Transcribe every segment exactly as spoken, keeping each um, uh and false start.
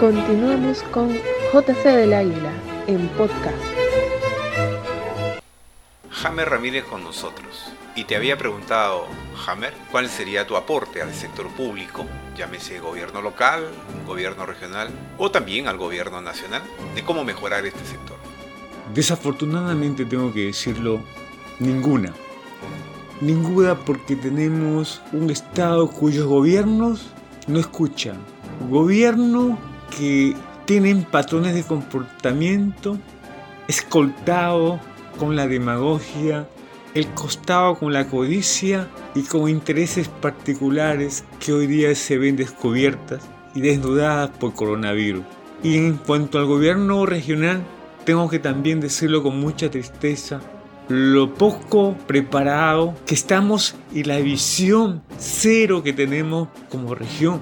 Continuamos con J C del Águila en podcast. Jamer Ramírez con nosotros. Y te había preguntado, Jamer, ¿cuál sería tu aporte al sector público? Llámese gobierno local, gobierno regional o también al gobierno nacional, de cómo mejorar este sector. Desafortunadamente tengo que decirlo, ninguna. Ninguna porque tenemos un Estado cuyos gobiernos no escuchan. Gobierno que tienen patrones de comportamiento escoltado con la demagogia, el costado con la codicia y con intereses particulares que hoy día se ven descubiertas y desnudadas por coronavirus. Y en cuanto al gobierno regional, tengo que también decirlo con mucha tristeza, lo poco preparado que estamos y la visión cero que tenemos como región.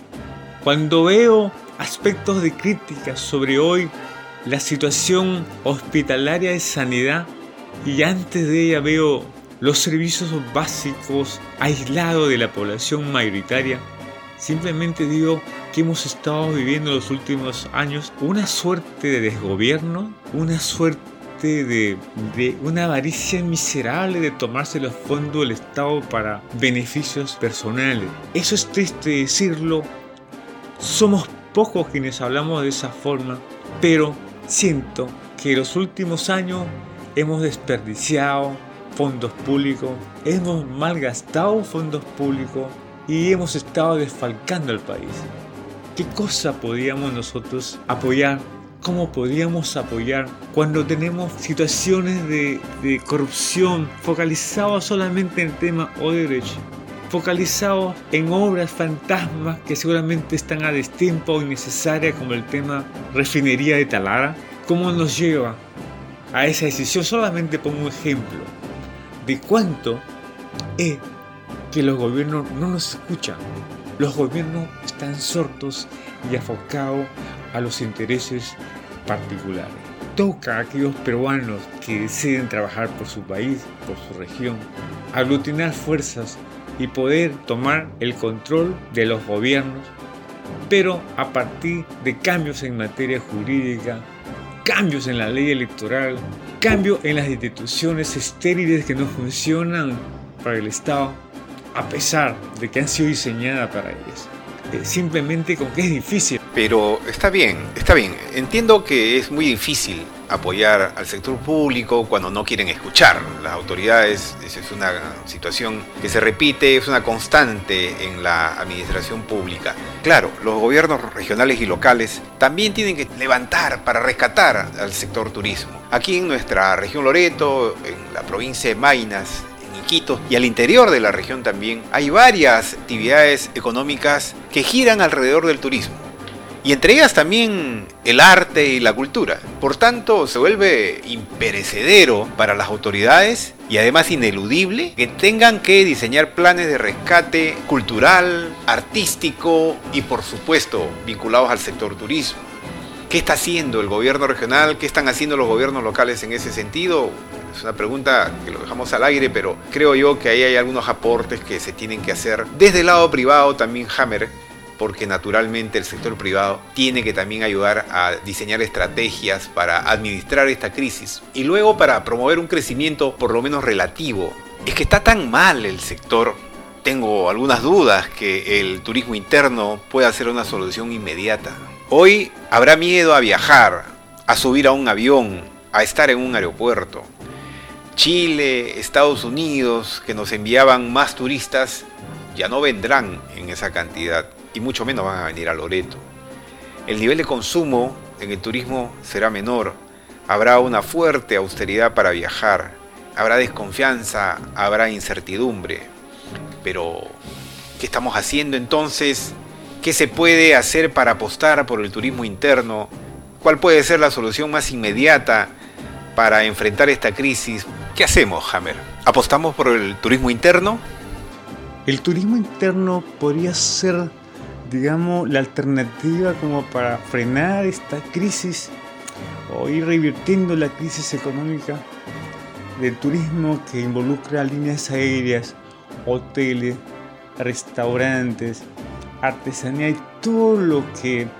Cuando veo aspectos de crítica sobre hoy la situación hospitalaria de sanidad y antes de ella veo los servicios básicos aislados de la población mayoritaria, simplemente digo que hemos estado viviendo los últimos años una suerte de desgobierno, una suerte de, de una avaricia miserable de tomarse los fondos del Estado para beneficios personales. Eso es triste decirlo, somos pocos quienes hablamos de esa forma, pero siento que en los últimos años hemos desperdiciado fondos públicos, hemos malgastado fondos públicos y hemos estado desfalcando al país. ¿Qué cosa podríamos nosotros apoyar? ¿Cómo podríamos apoyar cuando tenemos situaciones de, de corrupción focalizadas solamente en el tema Odebrecht? Focalizados en obras fantasmas que seguramente están a destiempo o innecesarias como el tema refinería de Talara. ¿Cómo nos lleva a esa decisión? Solamente pongo un ejemplo de cuánto es que los gobiernos no nos escuchan. Los gobiernos están sordos y enfocados a los intereses particulares. Toca a aquellos peruanos que deciden trabajar por su país, por su región, aglutinar fuerzas y poder tomar el control de los gobiernos, pero a partir de cambios en materia jurídica, cambios en la ley electoral, cambios en las instituciones estériles que no funcionan para el Estado, a pesar de que han sido diseñadas para ellas. Eh, simplemente con que es difícil. Pero está bien, está bien. Entiendo que es muy difícil apoyar al sector público cuando no quieren escuchar. Las autoridades, esa es una situación que se repite, es una constante en la administración pública. Claro, los gobiernos regionales y locales también tienen que levantar para rescatar al sector turismo. Aquí en nuestra región Loreto, en la provincia de Maynas, en Iquitos y al interior de la región también, hay varias actividades económicas que giran alrededor del turismo. Y entre ellas también el arte y la cultura. Por tanto, se vuelve imperecedero para las autoridades y además ineludible que tengan que diseñar planes de rescate cultural, artístico y por supuesto vinculados al sector turismo. ¿Qué está haciendo el gobierno regional? ¿Qué están haciendo los gobiernos locales en ese sentido? Es una pregunta que lo dejamos al aire, pero creo yo que ahí hay algunos aportes que se tienen que hacer desde el lado privado también, Jamer, porque naturalmente el sector privado tiene que también ayudar a diseñar estrategias para administrar esta crisis y luego para promover un crecimiento por lo menos relativo. Es que está tan mal el sector, tengo algunas dudas que el turismo interno pueda ser una solución inmediata. Hoy habrá miedo a viajar, a subir a un avión, a estar en un aeropuerto. Chile, Estados Unidos, que nos enviaban más turistas, ya no vendrán en esa cantidad. Y mucho menos van a venir a Loreto. El nivel de consumo en el turismo será menor. Habrá una fuerte austeridad para viajar. Habrá desconfianza, habrá incertidumbre. Pero, ¿qué estamos haciendo entonces? ¿Qué se puede hacer para apostar por el turismo interno? ¿Cuál puede ser la solución más inmediata para enfrentar esta crisis? ¿Qué hacemos, Jamer? ¿Apostamos por el turismo interno? El turismo interno podría ser, digamos, la alternativa como para frenar esta crisis o ir revirtiendo la crisis económica del turismo que involucra líneas aéreas, hoteles, restaurantes, artesanía y todo lo que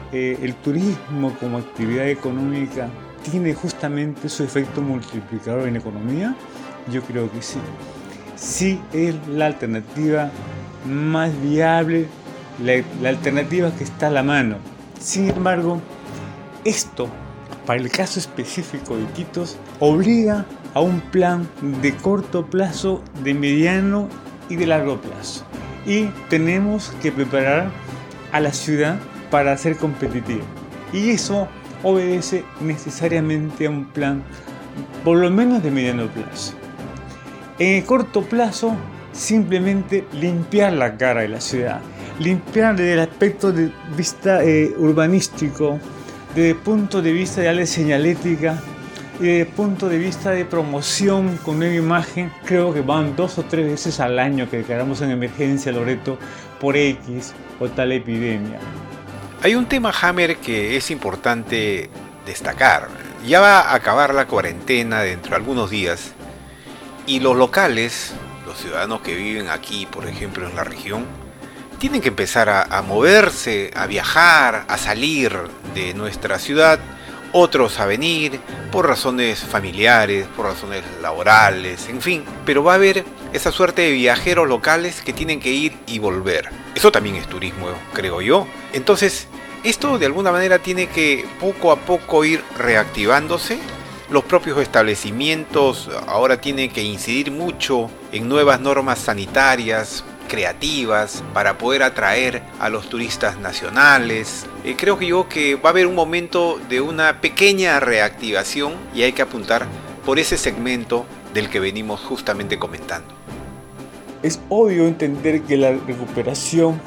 eh, el turismo como actividad económica tiene justamente su efecto multiplicador en economía? Yo creo que sí. Sí es la alternativa más viable, la, la alternativa que está a la mano. Sin embargo, esto, para el caso específico de Iquitos, obliga a un plan de corto plazo, de mediano y de largo plazo. Y tenemos que preparar a la ciudad para ser competitiva. Y eso obedece necesariamente a un plan, por lo menos de mediano plazo. En el corto plazo, simplemente limpiar la cara de la ciudad, limpiar desde el aspecto de vista eh, urbanístico, desde el punto de vista de la señalética y desde el punto de vista de promoción con nueva imagen. Creo que van dos o tres veces al año que declaramos en emergencia Loreto por X o tal epidemia. Hay un tema, Hammer, que es importante destacar. Ya va a acabar la cuarentena dentro de algunos días y los locales, los ciudadanos que viven aquí, por ejemplo, en la región, tienen que empezar a, a moverse, a viajar, a salir de nuestra ciudad, otros a venir por razones familiares, por razones laborales, en fin. Pero va a haber esa suerte de viajeros locales que tienen que ir y volver. Eso también es turismo, creo yo. Entonces, esto de alguna manera tiene que poco a poco ir reactivándose. Los propios establecimientos ahora tienen que incidir mucho en nuevas normas sanitarias, creativas, para poder atraer a los turistas nacionales. Eh, creo que yo que va a haber un momento de una pequeña reactivación y hay que apuntar por ese segmento del que venimos justamente comentando. Es obvio entender que la recuperación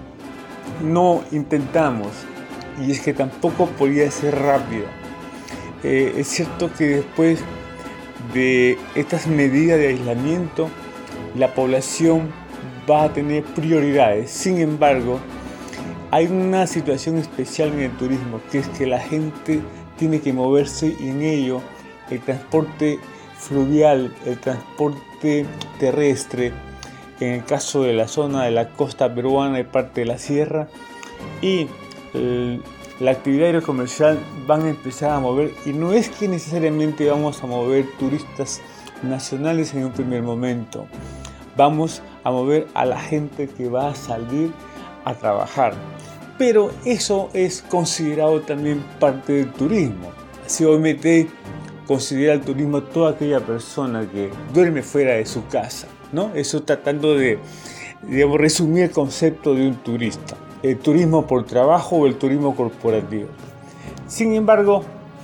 no intentamos, y es que tampoco podía ser rápida. Eh, es cierto que después de estas medidas de aislamiento, la población va a tener prioridades. Sin embargo, hay una situación especial en el turismo, que es que la gente tiene que moverse y en ello el transporte fluvial, el transporte terrestre, en el caso de la zona de la costa peruana y parte de la sierra, y el, la actividad aerocomercial van a empezar a mover, y no es que necesariamente vamos a mover turistas nacionales en un primer momento, vamos a mover a la gente que va a salir a trabajar, pero eso es considerado también parte del turismo. Si O M T considera el turismo toda aquella persona que duerme fuera de su casa, ¿no? Eso tratando de, digamos, resumir el concepto de un turista. El turismo por trabajo o el turismo corporativo. Sin embargo,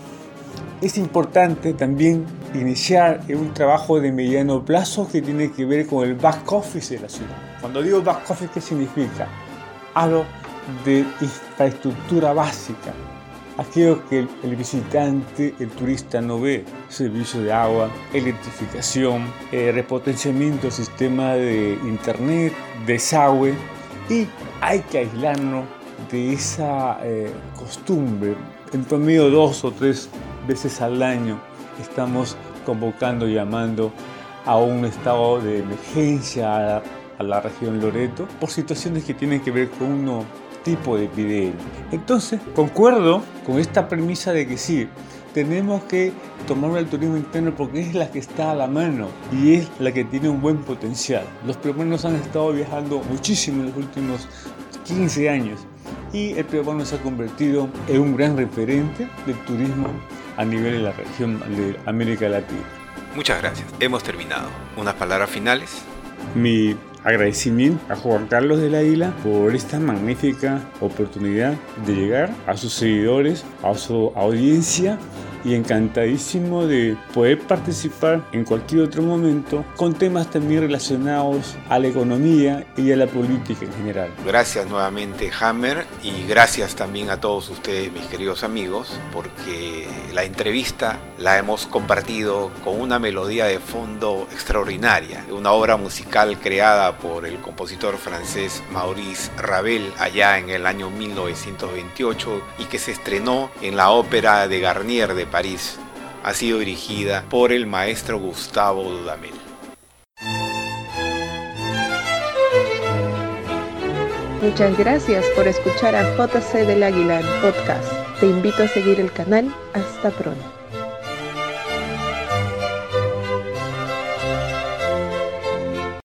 es importante también iniciar un trabajo de mediano plazo que tiene que ver con el back office de la ciudad. Cuando digo back office, ¿qué significa? Hablo de infraestructura básica, aquello que el visitante, el turista no ve: servicio de agua, electrificación, eh, repotenciamiento del sistema de internet, desagüe. Y hay que aislarnos de esa eh, costumbre. En promedio dos o tres veces al año estamos convocando y llamando a un estado de emergencia a la, a la región Loreto por situaciones que tienen que ver con un tipo de epidemia. Entonces, concuerdo con esta premisa de que sí, tenemos que tomar el turismo interno porque es la que está a la mano y es la que tiene un buen potencial. Los peruanos han estado viajando muchísimo en los últimos quince años y el peruano se ha convertido en un gran referente del turismo a nivel de la región de América Latina. Muchas gracias. Hemos terminado. ¿Unas palabras finales? Mi agradecimiento a Juan Carlos del Águila por esta magnífica oportunidad de llegar a sus seguidores, a su audiencia, y encantadísimo de poder participar en cualquier otro momento con temas también relacionados a la economía y a la política en general. Gracias nuevamente, Hammer, y gracias también a todos ustedes, mis queridos amigos, porque la entrevista la hemos compartido con una melodía de fondo extraordinaria, una obra musical creada por el compositor francés Maurice Ravel allá en el año mil novecientos veintiocho y que se estrenó en la Ópera de Garnier de París. Ha sido dirigida por el maestro Gustavo Dudamel. Muchas gracias por escuchar a J C del Águila en podcast. Te invito a seguir el canal. Hasta pronto.